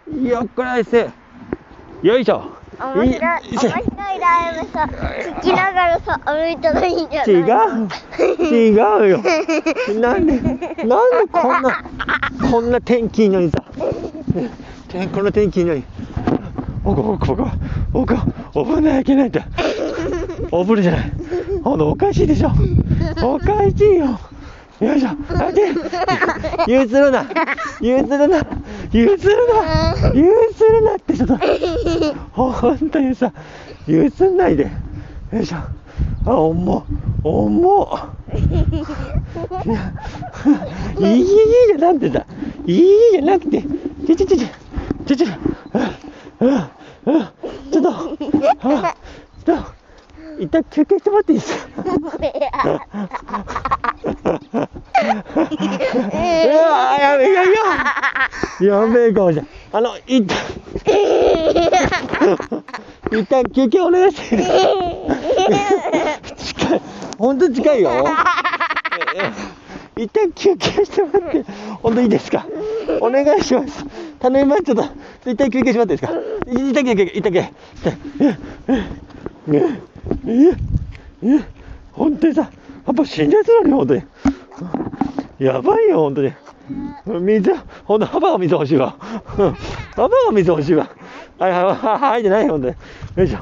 よっこらせ。よいしょ。 面白いライブさ、聞きながらさ、歩いたらいいんじゃない？ 違うよ。なんでこんな天気いいのにさ。こんな天気いいのに。おぶないいけないんだ。おぶるじゃない。おかしいでしょ。おかしいよ。よいしょ。譲るなってちょっと。本当にさ、譲んないで。よいしょ。重っ。いいじゃなくてさ。ちょっと一旦休憩してもらっていいですか？やべえかもしれない。一旦休憩お願いしていいですか？ほんと近いよ。一旦休憩してもらって本当いいですか？お願いします。頼みます。ちょっと一旦休憩してもらっていいですか？一旦休憩。本当にさ、やっぱ死んじゃいそうだね、本当に。やばいよ、本当に。ほんと、パパが水欲しいわ。はい、じゃないよ、本当に。よいしょ。